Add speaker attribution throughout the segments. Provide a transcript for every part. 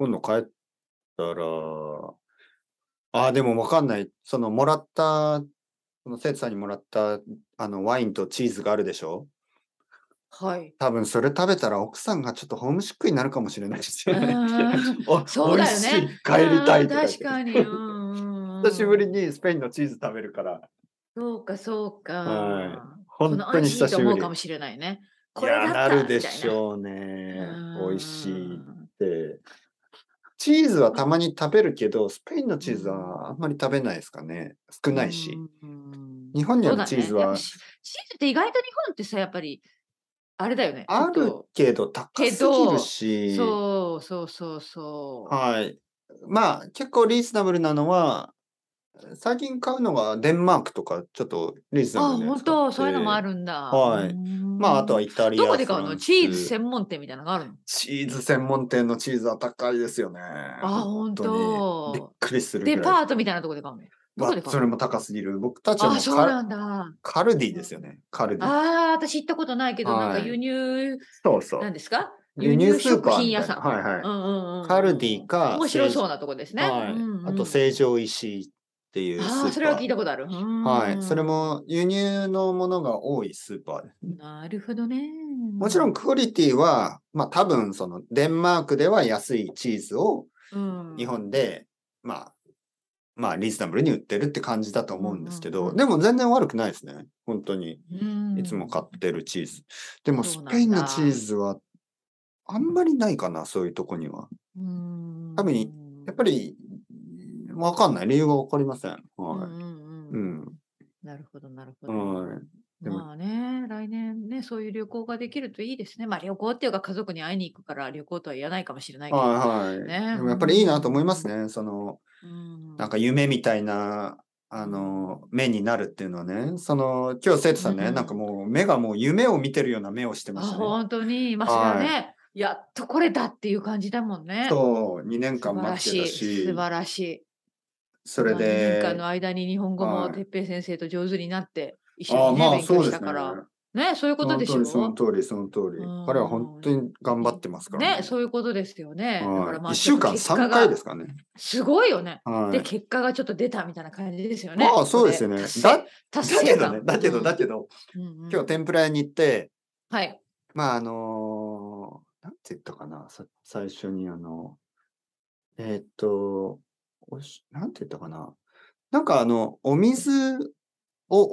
Speaker 1: 今度帰ったら、でもわかんない。もらった、その生徒さんにもらった、ワインとチーズがあるでしょ？
Speaker 2: はい。
Speaker 1: 多分それ食べたら奥さんがちょっとホームシックになるかもしれないです
Speaker 2: う
Speaker 1: よね。
Speaker 2: ーん、そう
Speaker 1: 美味
Speaker 2: だよね。
Speaker 1: しい、帰りたいとか言って。
Speaker 2: 確かに。うん
Speaker 1: 久しぶり
Speaker 2: うんうん。
Speaker 1: にスペインのチーズ食べるから。
Speaker 2: そうかそう
Speaker 1: はい。
Speaker 2: か。この
Speaker 1: ほんとに久
Speaker 2: 味と
Speaker 1: しぶり。
Speaker 2: 思うかもしれないね。
Speaker 1: いや、
Speaker 2: これだっ
Speaker 1: なるで
Speaker 2: たみたいな。
Speaker 1: しょう
Speaker 2: うー
Speaker 1: ね。美味しいっ
Speaker 2: ん。
Speaker 1: て。チーズはた
Speaker 2: ま、
Speaker 1: まに食べるけど、スペインの
Speaker 2: う
Speaker 1: チーズ
Speaker 2: ん。
Speaker 1: はあんまり食べないですかね。少
Speaker 2: う
Speaker 1: ないし。
Speaker 2: んうんうん。
Speaker 1: 日本にある
Speaker 2: そうだね。やっぱ
Speaker 1: チーズは
Speaker 2: チーズって意外と日本ってさ、やっぱりあれだよね、ちょっ
Speaker 1: ある
Speaker 2: と
Speaker 1: けど高
Speaker 2: け
Speaker 1: すぎる
Speaker 2: ど、
Speaker 1: し、
Speaker 2: そうそうそうそう。
Speaker 1: はい。結構リーズナブルなのは、最近買うのがデンマークとかちょっとリーズナブ
Speaker 2: あ、
Speaker 1: ルなやつ買っ
Speaker 2: ほんと、そういうのもあ
Speaker 1: て、
Speaker 2: るんだ。
Speaker 1: はい。あとは
Speaker 2: ん。
Speaker 1: イタリア、
Speaker 2: どこで買うの？
Speaker 1: フラン
Speaker 2: チーズ
Speaker 1: ス。
Speaker 2: 専門店みたいなのがあるの？
Speaker 1: チーズ専門店のチーズは高いですよね。
Speaker 2: あ、
Speaker 1: ほん
Speaker 2: ほん
Speaker 1: とに。びっ
Speaker 2: と。
Speaker 1: くりするぐ
Speaker 2: デ
Speaker 1: らい。
Speaker 2: パートみたいなとこで買うの？どこで買うの？
Speaker 1: それも高すぎる。僕たちは
Speaker 2: あ、
Speaker 1: もう
Speaker 2: そうなんだ。
Speaker 1: カルディ
Speaker 2: うん。
Speaker 1: ですよね、カルディ。
Speaker 2: ああ、私行ったことないけど、なんか輸
Speaker 1: はい。
Speaker 2: 入
Speaker 1: そうそ
Speaker 2: なんですか？
Speaker 1: う。輸入スー
Speaker 2: 輸入食
Speaker 1: パーみたいな。
Speaker 2: 品屋さん。
Speaker 1: はいはい。
Speaker 2: うんうんう
Speaker 1: カルデ
Speaker 2: んうん。
Speaker 1: ィか、
Speaker 2: 面白そうなとこですね。う
Speaker 1: はい。あと
Speaker 2: んうん。
Speaker 1: 成城石井っていう
Speaker 2: ああ、それは聞い
Speaker 1: スーパ
Speaker 2: たことある。う
Speaker 1: ー。はい。それ
Speaker 2: ーん。
Speaker 1: も輸入のものが多いスーパーですね。
Speaker 2: なるほどね。
Speaker 1: もちろんクオリティは、多分デンマークでは安いチーズを
Speaker 2: う
Speaker 1: 日
Speaker 2: ん。
Speaker 1: 本で、まあリーズナブルに売ってるって感じだと思うん
Speaker 2: うんう
Speaker 1: ですけど、
Speaker 2: んうん。
Speaker 1: でも全然悪くないですね。ほんとに。
Speaker 2: うー
Speaker 1: いつも買
Speaker 2: ん。
Speaker 1: ってるチーズ。でも
Speaker 2: そうなん
Speaker 1: スペインのチー
Speaker 2: だ。
Speaker 1: ズはあんまりないかな、そういうとこには。
Speaker 2: うー
Speaker 1: 多分、やっぱ
Speaker 2: ん。
Speaker 1: り、わかんない。理由は分かりません。はい。
Speaker 2: うんうんうんうん。
Speaker 1: うん。
Speaker 2: なるほどなるほど。
Speaker 1: はい。でも、
Speaker 2: まあね、来年ね、そういう旅行ができるといいですね。ま、旅行っていうか家族に会いに行くから旅行とは言わないかもしれないけど。
Speaker 1: はいはい。
Speaker 2: ね、うー
Speaker 1: でもやっぱりいいなと思います
Speaker 2: ん。
Speaker 1: ね。
Speaker 2: うー
Speaker 1: なんか
Speaker 2: ん。
Speaker 1: 夢みたいな、
Speaker 2: うーん。
Speaker 1: 目になるっていうのはね、今日生徒
Speaker 2: う
Speaker 1: さんね、なんか
Speaker 2: ん。
Speaker 1: もう目がもう夢を見てるような目をしてま
Speaker 2: あ、
Speaker 1: したね。
Speaker 2: ほんとに、ま、それは
Speaker 1: はい。
Speaker 2: ね、やっとこれだっていう感じだもんね。
Speaker 1: そう、2年間
Speaker 2: 素晴
Speaker 1: 待ってた
Speaker 2: らしい、素
Speaker 1: し、
Speaker 2: 晴らしい。
Speaker 1: それ
Speaker 2: まあ、2年間
Speaker 1: で
Speaker 2: の間に日本語も
Speaker 1: はい。
Speaker 2: 哲平先生と上手になって、一緒にね、勉強し
Speaker 1: そうですね。
Speaker 2: たから。ね、そういうことで
Speaker 1: その通りその
Speaker 2: しょ？
Speaker 1: 通りその通
Speaker 2: う
Speaker 1: り。彼はほん
Speaker 2: ーん。
Speaker 1: とに頑張ってますから
Speaker 2: ね、
Speaker 1: ね。
Speaker 2: そういうことですよね。だから、
Speaker 1: はい。
Speaker 2: まあ、
Speaker 1: 1週間
Speaker 2: ちょっと結
Speaker 1: 3
Speaker 2: 果が
Speaker 1: 回ですかね。
Speaker 2: すごいよね。で、
Speaker 1: はい。
Speaker 2: 結果がちょっと出たみたいな感じですよね、ここで。
Speaker 1: そうですよね。
Speaker 2: 達
Speaker 1: だけどね、
Speaker 2: 成感。うん。うんう
Speaker 1: 今日
Speaker 2: ん。
Speaker 1: 天ぷら屋に行って、
Speaker 2: はい。
Speaker 1: なんて言ったかな、最初にえっと、なんて言ったかな。なんかお水を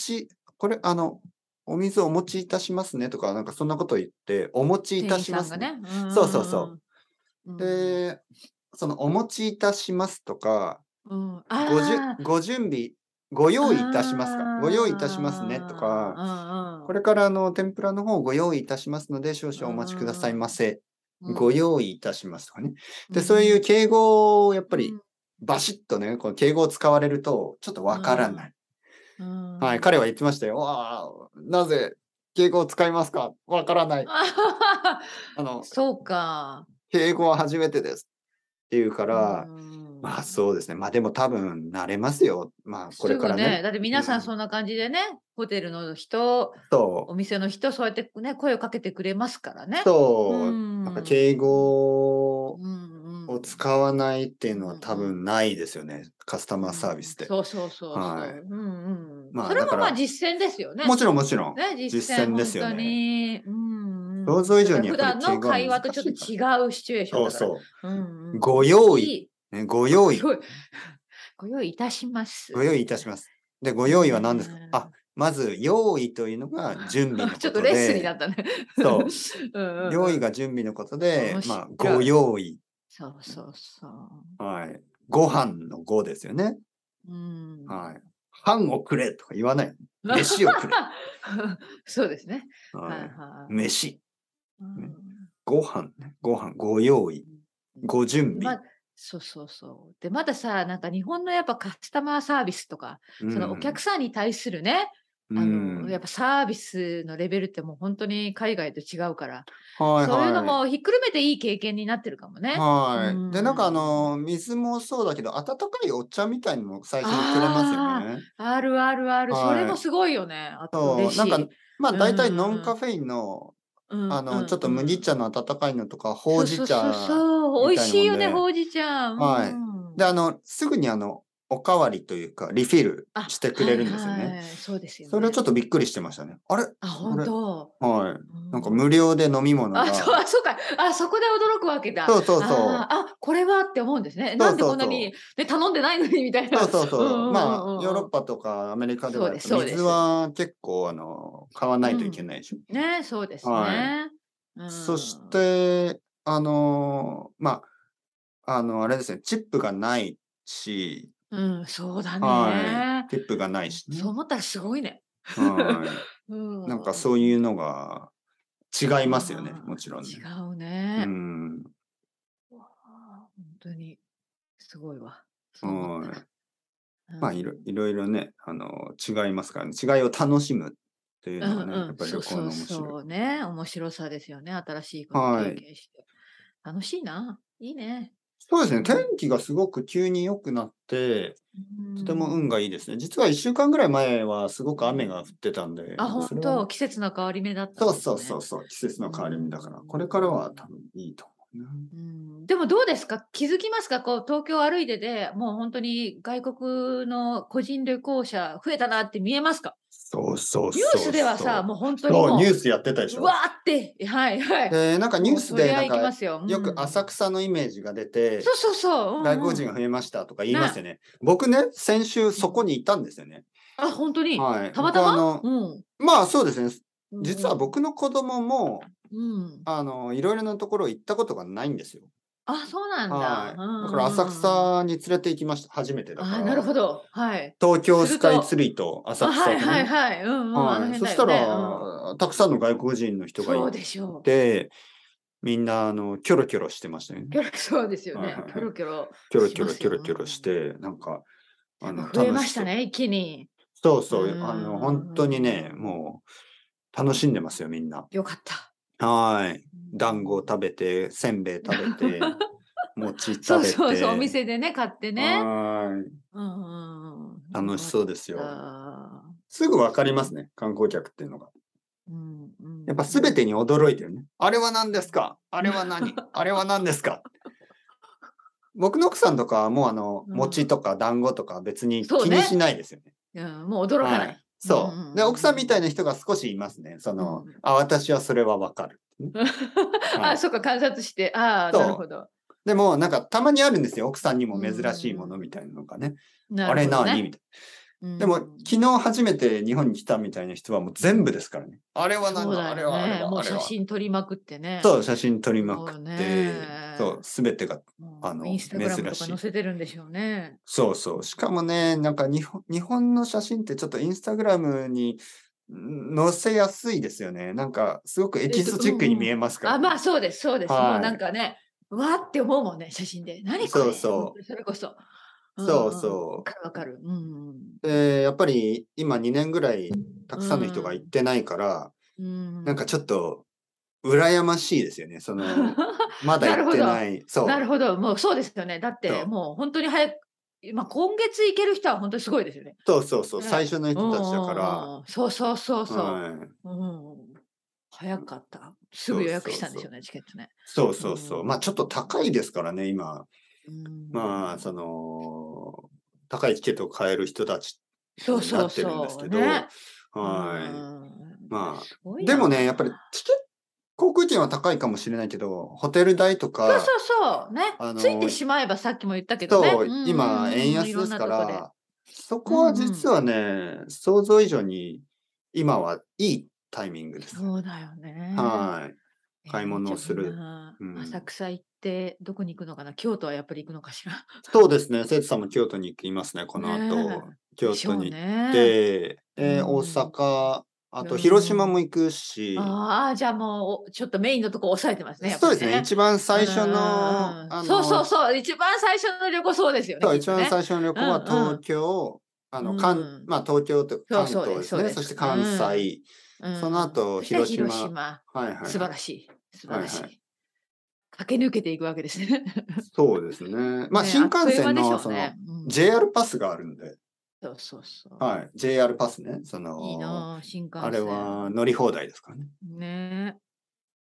Speaker 1: お水をお持ちいたしますねとか、なんかそんなこと言って、お持ちいた
Speaker 2: 店員
Speaker 1: しますね。
Speaker 2: さんがね。うんう
Speaker 1: そうそうそ
Speaker 2: んうんうん。う
Speaker 1: う。
Speaker 2: ん。
Speaker 1: で、そのお持ちいたしますとか、
Speaker 2: うん。あ
Speaker 1: ご準備、ご
Speaker 2: あ、
Speaker 1: 用意いたしますか、ご用意いたしますねとか、
Speaker 2: ああ、うんうん。
Speaker 1: これから天ぷらの方ご用意いたしますので、少
Speaker 2: う
Speaker 1: 々お待ちください
Speaker 2: んうん。
Speaker 1: ませ。
Speaker 2: うん。
Speaker 1: ご用意いたしますとかね。
Speaker 2: う
Speaker 1: で、そういう
Speaker 2: ん。
Speaker 1: 敬語をやっぱり
Speaker 2: うん。
Speaker 1: バシッとね、この敬語を使われると、ちょっと
Speaker 2: う
Speaker 1: わからな
Speaker 2: ん。
Speaker 1: い。
Speaker 2: う
Speaker 1: はい、
Speaker 2: ん。
Speaker 1: 彼は言ってましたよ。「わあ、なぜ敬語を使いますか？わからない。あの、
Speaker 2: そうか。
Speaker 1: 敬語は初めてです」って言うか
Speaker 2: う
Speaker 1: ら、
Speaker 2: ん。
Speaker 1: そうですね。でも多分慣れますよ。これからね。
Speaker 2: すぐね、だって皆さん
Speaker 1: うん。
Speaker 2: そんな感じでね、ホテルの人、お
Speaker 1: そう。
Speaker 2: 店の人、そうやってね、声をかけてくれますからね。う
Speaker 1: そう、なんか敬
Speaker 2: ん。
Speaker 1: 語
Speaker 2: うんうん。
Speaker 1: を使わないっていう
Speaker 2: うん
Speaker 1: のは多
Speaker 2: うん。
Speaker 1: 分ないですよね、カスタマーサービ
Speaker 2: うん。
Speaker 1: スで。
Speaker 2: そうそうそうそ
Speaker 1: はい。
Speaker 2: う。うんうん。それもまあ
Speaker 1: だから、
Speaker 2: 実践ですよね。
Speaker 1: もちろんもちろん、
Speaker 2: ね、実
Speaker 1: 実践で
Speaker 2: 践ほんと
Speaker 1: すよね。
Speaker 2: に。うんうん。
Speaker 1: 想像以
Speaker 2: だから
Speaker 1: 上にやっぱり
Speaker 2: 普段の
Speaker 1: 敬語は難
Speaker 2: 会話とちょっと
Speaker 1: しいから。
Speaker 2: 違うシチュエーションだから。
Speaker 1: そうそ
Speaker 2: うんう
Speaker 1: う。
Speaker 2: ん。
Speaker 1: ご用意、
Speaker 2: いい。
Speaker 1: ね、ご用意、
Speaker 2: ご用意ご用意いたします。
Speaker 1: ご用意いたします。で、ご用意は何ですか？
Speaker 2: ね
Speaker 1: まず用意というのが準備の
Speaker 2: ちょ
Speaker 1: こ
Speaker 2: っとレッスンに
Speaker 1: とで、
Speaker 2: なったね。
Speaker 1: そう、
Speaker 2: うんうんうん。
Speaker 1: 用意が準備のことで、
Speaker 2: 面白
Speaker 1: ご
Speaker 2: い。
Speaker 1: 用意、
Speaker 2: そうそうそう。
Speaker 1: はい。ご飯のごですよね。
Speaker 2: うん。
Speaker 1: はい。飯をくれとか言わない。飯をくれ。
Speaker 2: そうですね。はい
Speaker 1: はい。
Speaker 2: はい。
Speaker 1: 飯。
Speaker 2: う
Speaker 1: ね。
Speaker 2: ん。
Speaker 1: ご飯ね。ご飯、ご用意、
Speaker 2: うん。
Speaker 1: ご準
Speaker 2: で、
Speaker 1: 備。
Speaker 2: そうそうそう。で、まださ、なんか日本のやっぱカスタマーサービスとか、
Speaker 1: う
Speaker 2: そのお客
Speaker 1: ん。
Speaker 2: さんに対するね、
Speaker 1: う
Speaker 2: やっ
Speaker 1: ん。
Speaker 2: ぱサービスのレベルってもう本当に海外と違うから、
Speaker 1: はい
Speaker 2: そういうの
Speaker 1: はい。
Speaker 2: もひっくるめていい経験になってるかもね。うー
Speaker 1: はい。で、なんか
Speaker 2: ん。
Speaker 1: 水もそうだけど、温かいお茶みたいのも最初にくれますよ
Speaker 2: あ
Speaker 1: ね。
Speaker 2: あ、あるあるある。それ
Speaker 1: はい。
Speaker 2: もすごいよね。あ、
Speaker 1: そう、
Speaker 2: 嬉しい。う
Speaker 1: 大体ノン
Speaker 2: ーん。
Speaker 1: カフェインの、 ちょっと麦茶の温かいのとか、ほうじ
Speaker 2: そう
Speaker 1: 茶
Speaker 2: そう、美味
Speaker 1: みたいな
Speaker 2: しいよね、
Speaker 1: もんで、
Speaker 2: ほうじ茶。
Speaker 1: はい。で、すぐにおかわりというか、リフィル
Speaker 2: あ、
Speaker 1: してくれ
Speaker 2: はい
Speaker 1: るんですよね。
Speaker 2: はい、そうですよ
Speaker 1: それはちょ
Speaker 2: ね。
Speaker 1: っとびっくりしてましたね。あれ、
Speaker 2: あ、
Speaker 1: これ、
Speaker 2: 本当。
Speaker 1: はい。なんか無
Speaker 2: うん。
Speaker 1: 料で飲み物
Speaker 2: あ、
Speaker 1: が、
Speaker 2: そうか。あ、そこで驚くわけだ。
Speaker 1: そうそうそう。
Speaker 2: ああ、あ、これはって思うんですね。なんで
Speaker 1: そうそ
Speaker 2: こんなに、
Speaker 1: うそう。
Speaker 2: ね、頼んでないのにみたいな。
Speaker 1: そうそう
Speaker 2: うんう
Speaker 1: そう。
Speaker 2: んうんう
Speaker 1: まあ、ヨーロッ
Speaker 2: んうん。
Speaker 1: パとかアメリカではやっぱ
Speaker 2: そうです。
Speaker 1: 水は結構買わないといけ
Speaker 2: うん。
Speaker 1: ないでしょ。
Speaker 2: ね、そうです
Speaker 1: はい。
Speaker 2: ね。う
Speaker 1: そし
Speaker 2: ん。
Speaker 1: て、まあれですね、チップがないし、
Speaker 2: うん、そうだ
Speaker 1: はい。
Speaker 2: ね。
Speaker 1: ティップがないしね。
Speaker 2: そう思ったらすごいね。
Speaker 1: はい。
Speaker 2: うん。
Speaker 1: なんかそういうのが違いますよね、
Speaker 2: ああ、
Speaker 1: もちろんね。
Speaker 2: 違う
Speaker 1: う
Speaker 2: ね。
Speaker 1: ん。
Speaker 2: わあ、ほんとにすごいわ。そう思ったら。
Speaker 1: はい。まあ、
Speaker 2: うん。
Speaker 1: いろいろね、違いますからね。違いを楽しむっていうのがね、やっぱり旅行の面白い。
Speaker 2: そうね、面白さですよね、新しいこと経
Speaker 1: はい。
Speaker 2: 験して。楽しいな。いいね。
Speaker 1: そうですね、天
Speaker 2: うん。
Speaker 1: 気がすごく急に良くなって、
Speaker 2: う
Speaker 1: とても運
Speaker 2: ん。
Speaker 1: がいいですね。実は1週間ぐらい前はすご
Speaker 2: うん。
Speaker 1: く雨が降ってたんで、
Speaker 2: あ、
Speaker 1: なんかそれはね、
Speaker 2: 季節の変わり目だった
Speaker 1: そう
Speaker 2: んですね。
Speaker 1: そうそうそう、季節
Speaker 2: う
Speaker 1: の変わり目だから、これからは多
Speaker 2: ん。
Speaker 1: 分いいと思うな。
Speaker 2: でもどうですか？気づきますか？こう東京歩いてて、もうほんとに外国の個人旅行者増えたなって見えますか？
Speaker 1: そうそう
Speaker 2: ニュース
Speaker 1: そう
Speaker 2: ではさ、
Speaker 1: そう。
Speaker 2: もうほんとに
Speaker 1: そう、ニュー
Speaker 2: も
Speaker 1: スやってたでし
Speaker 2: う、うわ
Speaker 1: ょ。
Speaker 2: って、はいはい。
Speaker 1: で、なんかニュー
Speaker 2: もうそりゃ行き
Speaker 1: スでなんか、
Speaker 2: ますよ。
Speaker 1: よく浅草のイメージが出て、
Speaker 2: そう。
Speaker 1: 外国
Speaker 2: うん。
Speaker 1: 人が増えましたとか言います
Speaker 2: ね。
Speaker 1: よね。僕ね、先週
Speaker 2: うん。
Speaker 1: そこにいたんですよね。
Speaker 2: あ、ほんとに？
Speaker 1: はい。
Speaker 2: たまたま？うん。
Speaker 1: まあ、そうですね。実は
Speaker 2: うんうん。
Speaker 1: 僕の子供も、
Speaker 2: うん。
Speaker 1: いろいろなところ行ったことがないんですよ。
Speaker 2: あ、そうなんだ。
Speaker 1: はい。
Speaker 2: うん
Speaker 1: だから浅
Speaker 2: うんうん。
Speaker 1: 草に連れて行きました。初めてだか
Speaker 2: ああ、なる
Speaker 1: ら。
Speaker 2: ほど。はい。
Speaker 1: 東京
Speaker 2: す
Speaker 1: スカイツ
Speaker 2: ると
Speaker 1: リーと浅
Speaker 2: あ、はい
Speaker 1: 草とね。
Speaker 2: はいはい。うんうん、あの
Speaker 1: はい。そした
Speaker 2: 辺だよね。うん。
Speaker 1: ら、たくさんの外国人の人がい
Speaker 2: そうでしょう。
Speaker 1: て、みんなキョロキョロしてましたよね。
Speaker 2: そうですよね。キョ
Speaker 1: はいはいはい。
Speaker 2: ロキョロ
Speaker 1: キョロキョロ
Speaker 2: しますよ。
Speaker 1: キョロキョロして、なんか、
Speaker 2: でも増え
Speaker 1: 楽しそう。
Speaker 2: ましたね、一気に。
Speaker 1: そう
Speaker 2: うー
Speaker 1: そう、本当にね、
Speaker 2: ん。
Speaker 1: もう楽しんでますよ、みんな。
Speaker 2: よかった。
Speaker 1: はい。
Speaker 2: う
Speaker 1: 団子食
Speaker 2: ん。
Speaker 1: べて、せんべい食べて、餅食べ
Speaker 2: お
Speaker 1: て、
Speaker 2: 店でね、買ってね。
Speaker 1: はい。
Speaker 2: よ
Speaker 1: 楽し
Speaker 2: かっ
Speaker 1: そうですよ。
Speaker 2: た。
Speaker 1: すぐ分かりますね、観光客っていうのが。
Speaker 2: うんうん
Speaker 1: やっぱ全てに驚いてるね。あれは何ですか？あれは何？あれは何ですか？僕の奥さんとかはもう
Speaker 2: うん。
Speaker 1: 餅とか団子とか別に気にし
Speaker 2: そうね。
Speaker 1: ないですよね。
Speaker 2: うん、もう驚か
Speaker 1: はい。
Speaker 2: ない。うんうんう
Speaker 1: そう。で、奥さんみたいな
Speaker 2: ん
Speaker 1: 人が少しいますね。
Speaker 2: うんうん。うん。
Speaker 1: あ、私はそれは分かる。は
Speaker 2: あ、
Speaker 1: い。
Speaker 2: そっか、観察して、ああ、なるほ
Speaker 1: そう。
Speaker 2: ど。
Speaker 1: でも、なんかたまにあるんですよ。奥さんにも
Speaker 2: うん
Speaker 1: 珍しい
Speaker 2: うんうん。
Speaker 1: ものみたいなのがね。
Speaker 2: な
Speaker 1: あれ
Speaker 2: るほどね。
Speaker 1: なにみたい
Speaker 2: う
Speaker 1: な。でも、
Speaker 2: ん。
Speaker 1: 昨日初めて日本に来たみたいな人はもう全部ですからね。あれは何だ、
Speaker 2: そうだ
Speaker 1: あれは、あれ
Speaker 2: よね。も
Speaker 1: は、
Speaker 2: う写
Speaker 1: あれは。
Speaker 2: 真撮りまくってね。
Speaker 1: そう、写真撮りまくっ
Speaker 2: そう
Speaker 1: て、そう、
Speaker 2: ね。
Speaker 1: すべてが、
Speaker 2: もうインスタグラムとか載
Speaker 1: 珍しい。
Speaker 2: せてるんでしょうね。
Speaker 1: そうそう。しかもね、なんか日本の写真ってちょっとインスタグラムに載せやすいですよね。なんかすごくエキゾチックに見えますから
Speaker 2: あ、まあ、
Speaker 1: ね。
Speaker 2: そうです。もうなん
Speaker 1: はい。
Speaker 2: かね、わって思うもんね、写真で。何こ
Speaker 1: そう
Speaker 2: れ？ほんと
Speaker 1: そう。
Speaker 2: にそれこそ。
Speaker 1: そう
Speaker 2: わ
Speaker 1: そう。
Speaker 2: かるわかる。うんうん。
Speaker 1: やっぱり今2年ぐらいた
Speaker 2: う
Speaker 1: くさんの人が行っ
Speaker 2: ん。
Speaker 1: てないから、
Speaker 2: う
Speaker 1: なんかちょ
Speaker 2: ん。
Speaker 1: っと羨ましいですよね。まだ行っ
Speaker 2: なるほど。
Speaker 1: てない。そう。
Speaker 2: なるほど。もうそうですよね。だって
Speaker 1: そう。
Speaker 2: もうほんとにま、今月行ける人はほんとにすごいですよね。
Speaker 1: そうそうそう。最
Speaker 2: ね。
Speaker 1: 初の
Speaker 2: うんう
Speaker 1: 人たちだから、
Speaker 2: んうん。そ
Speaker 1: はい。
Speaker 2: う。早かった。すぐ
Speaker 1: そう
Speaker 2: 予約
Speaker 1: そうそう。
Speaker 2: したんでしょうね、チケットね。
Speaker 1: そう
Speaker 2: う
Speaker 1: そうそう。まあちょっと
Speaker 2: ん。
Speaker 1: 高いですからね、今。
Speaker 2: うー
Speaker 1: まあ、
Speaker 2: ん。
Speaker 1: 高いチケットを買える人たちになってるんですけど、
Speaker 2: ね。うー
Speaker 1: はい。
Speaker 2: ん。
Speaker 1: まあ、
Speaker 2: すごい
Speaker 1: でもね、やっぱり
Speaker 2: な。
Speaker 1: 航空券は高いかもしれないけど、ホテル代とか、
Speaker 2: ね。ついて
Speaker 1: あの、
Speaker 2: しまえばさっきも言ったけどね。
Speaker 1: そう、今円
Speaker 2: いろん
Speaker 1: 安です
Speaker 2: なとこで。
Speaker 1: から、そこは
Speaker 2: うんうん。
Speaker 1: 実はね、想像以上に今はいいタイミングです。
Speaker 2: そうだよね。
Speaker 1: はい。買い物
Speaker 2: じゃ、みん
Speaker 1: をする。
Speaker 2: な
Speaker 1: うん。
Speaker 2: 浅草行ってどこに行くのかな？京都はやっぱり行くのかしら？
Speaker 1: そうですね、生徒さんも京都に行きますね、この
Speaker 2: ね
Speaker 1: 後。
Speaker 2: え。でしょう
Speaker 1: 京都に行っ
Speaker 2: ね。
Speaker 1: て、
Speaker 2: う
Speaker 1: 大
Speaker 2: ん。
Speaker 1: 阪、あ
Speaker 2: う
Speaker 1: と広島
Speaker 2: ん。
Speaker 1: も行くし、
Speaker 2: ああ、じゃあもう、ちょっとメインのとこ抑えてますね、やっ
Speaker 1: そうですね、
Speaker 2: ぱりね。
Speaker 1: 一番
Speaker 2: うん
Speaker 1: 最初の、
Speaker 2: 一番最初の旅行そうですよね、
Speaker 1: そう、
Speaker 2: きっとね。
Speaker 1: 一番最初の旅行は東京、
Speaker 2: うん。
Speaker 1: まあ、東京と関東ですね、
Speaker 2: そうです。
Speaker 1: そして関西、その後
Speaker 2: そして
Speaker 1: 広島。
Speaker 2: 広島。
Speaker 1: はいはいはい。
Speaker 2: 素晴
Speaker 1: はいはい。
Speaker 2: らしい。駆け抜けていくわけですね。
Speaker 1: そうですね。まあ、
Speaker 2: ね、
Speaker 1: 新
Speaker 2: あっと
Speaker 1: 幹線
Speaker 2: いう間でし
Speaker 1: の
Speaker 2: ょうね。
Speaker 1: JR パスがあるんで、
Speaker 2: そう。
Speaker 1: はい、JR パスね、
Speaker 2: いいなあ、新
Speaker 1: あれ
Speaker 2: 幹線。
Speaker 1: は乗り放題ですからね。
Speaker 2: ね。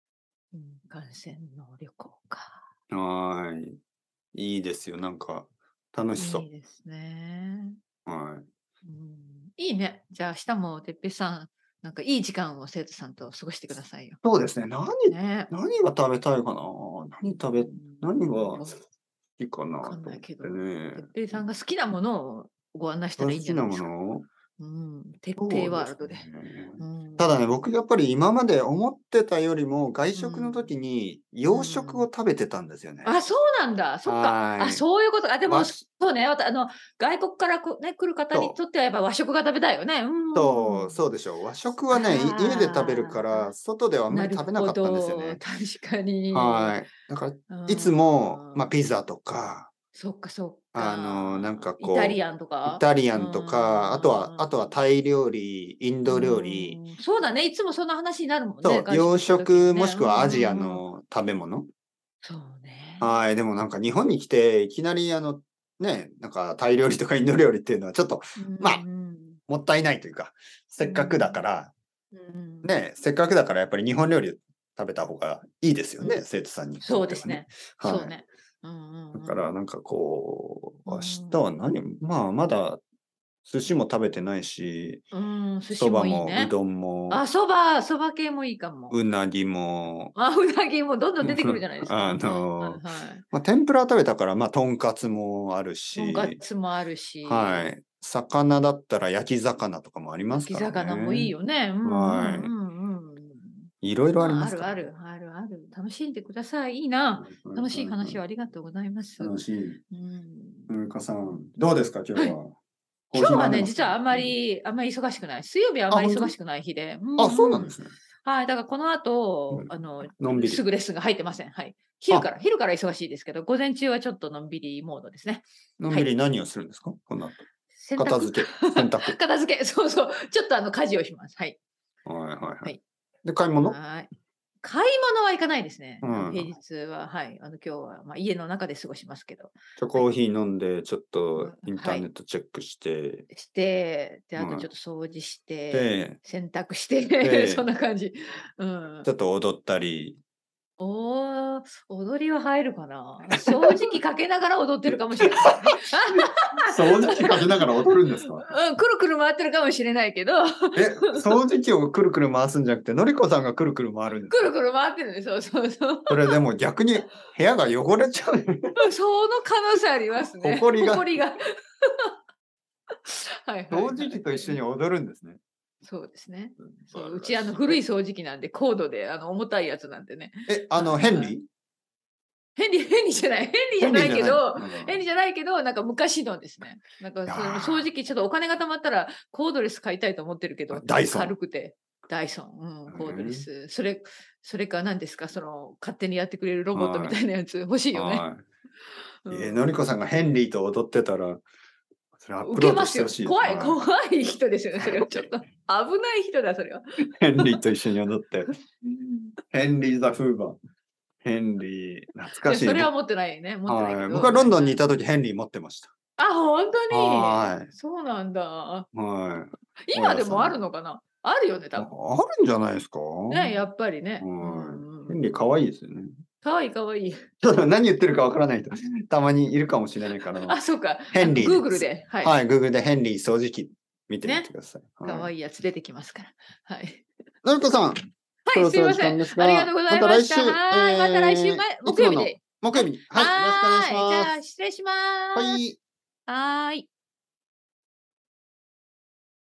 Speaker 2: 泉の旅行か。
Speaker 1: はい。いいですよ。なんか、楽しそ
Speaker 2: いいですね。
Speaker 1: う。はい。
Speaker 2: いいね。じゃあ、明日もてっぺいさん、なんかいい時間を生徒さんと過ごしてくださいよ。
Speaker 1: そうですね。
Speaker 2: ね。
Speaker 1: 何が食べたいかな。何が
Speaker 2: わ
Speaker 1: 好きかな
Speaker 2: かん
Speaker 1: と思っ
Speaker 2: ないけど、
Speaker 1: てね。
Speaker 2: てっぺいさんが好きなものをご案内したらいいんじ
Speaker 1: 好きな
Speaker 2: ゃないですか。
Speaker 1: もの
Speaker 2: てっぺい
Speaker 1: そうです
Speaker 2: ワールドで。
Speaker 1: ね。
Speaker 2: うん。
Speaker 1: ただね、僕やっぱり今まで思ってたよりも、外
Speaker 2: う
Speaker 1: 食の
Speaker 2: ん。
Speaker 1: 時に洋食を食べてたんですよね。
Speaker 2: あ、そうなんだ。そっか。あ、
Speaker 1: はい。
Speaker 2: そういうことか。でも、
Speaker 1: わ
Speaker 2: そうね、外国から来る方に
Speaker 1: そう。
Speaker 2: とってはやっぱ和食が食べたいよね。
Speaker 1: そうでしょう。和食はね、家で食べるか
Speaker 2: ああ、
Speaker 1: ら、外ではあんま
Speaker 2: なる
Speaker 1: り食べなか
Speaker 2: ほ
Speaker 1: ったんですよ
Speaker 2: ど。
Speaker 1: ね。
Speaker 2: 確かに。
Speaker 1: はい。だから、
Speaker 2: う
Speaker 1: いつも、
Speaker 2: ーん。
Speaker 1: ピザとか、
Speaker 2: そっかそっ
Speaker 1: なんか
Speaker 2: か。イタリ
Speaker 1: こ
Speaker 2: アンと
Speaker 1: イ
Speaker 2: か？
Speaker 1: タリアンとか、あとはタイ料理、インド料理、
Speaker 2: そうだね、いつもそんな話になるもんね、
Speaker 1: そう、洋
Speaker 2: 外食行った時に
Speaker 1: 食も
Speaker 2: ね。
Speaker 1: しくはアジアの食べ物。
Speaker 2: そうね。
Speaker 1: はい、でもなんか日本に来て、いきなりね、なんかタイ料理とかインド料理っていうのはちょっと、
Speaker 2: うん
Speaker 1: まあ、
Speaker 2: うん
Speaker 1: もったいないというか、せっかくだから、
Speaker 2: うん。
Speaker 1: ね、せっかくだからやっぱり日本料理食べた方がいいですよね、生徒さんにとってはね。
Speaker 2: そうですね。そう
Speaker 1: はい。
Speaker 2: ね。うんうん
Speaker 1: だ
Speaker 2: うん。
Speaker 1: からなんかこう、
Speaker 2: う
Speaker 1: 明日は
Speaker 2: ん。
Speaker 1: まだ寿司も食べてないし、
Speaker 2: 寿司
Speaker 1: そば
Speaker 2: もいいね。
Speaker 1: もうどんも、
Speaker 2: あ、そば系もいいかも。
Speaker 1: うなぎも、
Speaker 2: あ、うなぎもどんどん出てくるじゃないですか。はいはい。
Speaker 1: 天ぷら食べたから、とんかつもある
Speaker 2: とんか
Speaker 1: し、
Speaker 2: つもあるし、
Speaker 1: はい。魚だったら焼き魚とかもあります
Speaker 2: 焼き
Speaker 1: から
Speaker 2: 魚もいい
Speaker 1: ね。
Speaker 2: よね。
Speaker 1: はい。
Speaker 2: うん。
Speaker 1: いろいろあり
Speaker 2: まあ、
Speaker 1: ますからね。
Speaker 2: ある。楽しんでください。いいな。
Speaker 1: はい
Speaker 2: 楽しい
Speaker 1: はいはい。
Speaker 2: 話をありがとうございます。
Speaker 1: 楽しい。
Speaker 2: うん。
Speaker 1: かさん、どうですか、今日
Speaker 2: はい。
Speaker 1: は。コーヒー
Speaker 2: 今日はね、
Speaker 1: 飲んでますか？
Speaker 2: 実はあんまり忙しくない。水曜日はあん
Speaker 1: あ、
Speaker 2: まり
Speaker 1: 本当に？
Speaker 2: 忙しくない日で。
Speaker 1: そうなんですね。
Speaker 2: はい。だからこの後、
Speaker 1: うん。のんびり。
Speaker 2: すぐレッスンが入ってません。はい。
Speaker 1: あ、
Speaker 2: 昼から忙しいですけど、午前中はちょっとのんびりモードですね。
Speaker 1: のん
Speaker 2: はい。
Speaker 1: びり何をするんですか？この後。
Speaker 2: 洗濯
Speaker 1: 片付け、洗濯。
Speaker 2: 片付け、そうそう。ちょっと家事をします。はい。
Speaker 1: はいはいはい。
Speaker 2: はい。
Speaker 1: で、買い物？
Speaker 2: はい。買い物は行かないですね。平
Speaker 1: うん。
Speaker 2: 日は、はい。今日は、家の中で過ごしますけど。
Speaker 1: じゃ、
Speaker 2: はい。
Speaker 1: コーヒー飲んで、ちょっとインタ
Speaker 2: はい。
Speaker 1: ーネットチェックして、
Speaker 2: して、で、あとちょっ
Speaker 1: は
Speaker 2: と掃除し
Speaker 1: い。
Speaker 2: て、
Speaker 1: で、
Speaker 2: 洗濯して、そん
Speaker 1: で、
Speaker 2: な感じ。うん。
Speaker 1: ちょっと踊ったり。
Speaker 2: 踊りは入るかな。掃除機かけながら踊ってるかもしれない。
Speaker 1: 掃除機かけながら踊るんですか？
Speaker 2: くるくる回ってるかもしれないけど、
Speaker 1: 掃除機をくるくる回すんじゃなくて、のりこさんがくるくる回るんですか？
Speaker 2: くるくる回ってるんです。そう。
Speaker 1: それでも逆に部屋が汚れちゃう。
Speaker 2: その可能性ありますね。
Speaker 1: 埃が。
Speaker 2: 埃が。はいはい
Speaker 1: 掃除機と一緒に
Speaker 2: はい。
Speaker 1: 踊るんですね。
Speaker 2: そうですね。
Speaker 1: 素
Speaker 2: そう、うち
Speaker 1: 晴らしい。
Speaker 2: 古い掃除機なんで、高度で重たいやつなんでね。はいはい。
Speaker 1: ヘンリー？
Speaker 2: 変にじゃない。変にじゃ
Speaker 1: ヘンリーじゃない？
Speaker 2: 変にじゃないけど、なんか昔のですね。なんか
Speaker 1: いや
Speaker 2: その掃除機ちょっとお金が貯まったらコードレス買いたいと思ってるけど、
Speaker 1: ダイソン。
Speaker 2: 軽くて。ダイソン、コードレ
Speaker 1: へ
Speaker 2: ス。それか何ですか、勝手にやってくれるロボットみ
Speaker 1: はい。
Speaker 2: たいなやつ欲しいよね。
Speaker 1: は
Speaker 2: う
Speaker 1: い。のりこさん
Speaker 2: ん。
Speaker 1: がヘンリーと踊ってたら、それアップロードしてほ
Speaker 2: 受けますよ。
Speaker 1: しいですね。
Speaker 2: 怖い人ですよね、それはちょっと。危ない人だ、それは。
Speaker 1: ヘンリーと一緒に踊って。
Speaker 2: うん
Speaker 1: ヘンリー・ザ・フーバー。ヘンリー、懐
Speaker 2: いや、
Speaker 1: かしい。
Speaker 2: それは持ってないね。持ってないけ
Speaker 1: はい。僕
Speaker 2: ど。
Speaker 1: はロンドン
Speaker 2: はいはい。
Speaker 1: にいた時、ヘンリー持ってました。
Speaker 2: 本当に。
Speaker 1: はい。
Speaker 2: そうなんだ。
Speaker 1: はい。大
Speaker 2: 今でもあ
Speaker 1: 家さんに。
Speaker 2: るのかな？あるよね、多分。
Speaker 1: あるんじゃないですか？
Speaker 2: ね、やっぱりね。
Speaker 1: はい。ヘンリー可愛いですよね。
Speaker 2: かわいいかわいい。
Speaker 1: ちょっと何言ってるかわからない人、たまにいるかもしれないから、
Speaker 2: そうか。
Speaker 1: ヘンリーです。
Speaker 2: Google で、はい。
Speaker 1: はい、Google でヘンリー掃除機見てみて
Speaker 2: ね。
Speaker 1: ください。
Speaker 2: か
Speaker 1: はい。
Speaker 2: わいいやつ出てきますから。はい。
Speaker 1: のりこさん、そ
Speaker 2: はい、
Speaker 1: ろそろ
Speaker 2: すいません。
Speaker 1: 時間ですが、
Speaker 2: ありがとうござ
Speaker 1: ま
Speaker 2: いました。
Speaker 1: た来週、
Speaker 2: はい、また来週、
Speaker 1: いつもの
Speaker 2: 木曜日で。ね。
Speaker 1: 木曜日に、はい、よろしくお願いし
Speaker 2: はーい。じゃあ、
Speaker 1: ます。
Speaker 2: 失礼し
Speaker 1: は
Speaker 2: ます。
Speaker 1: い。
Speaker 2: はーい。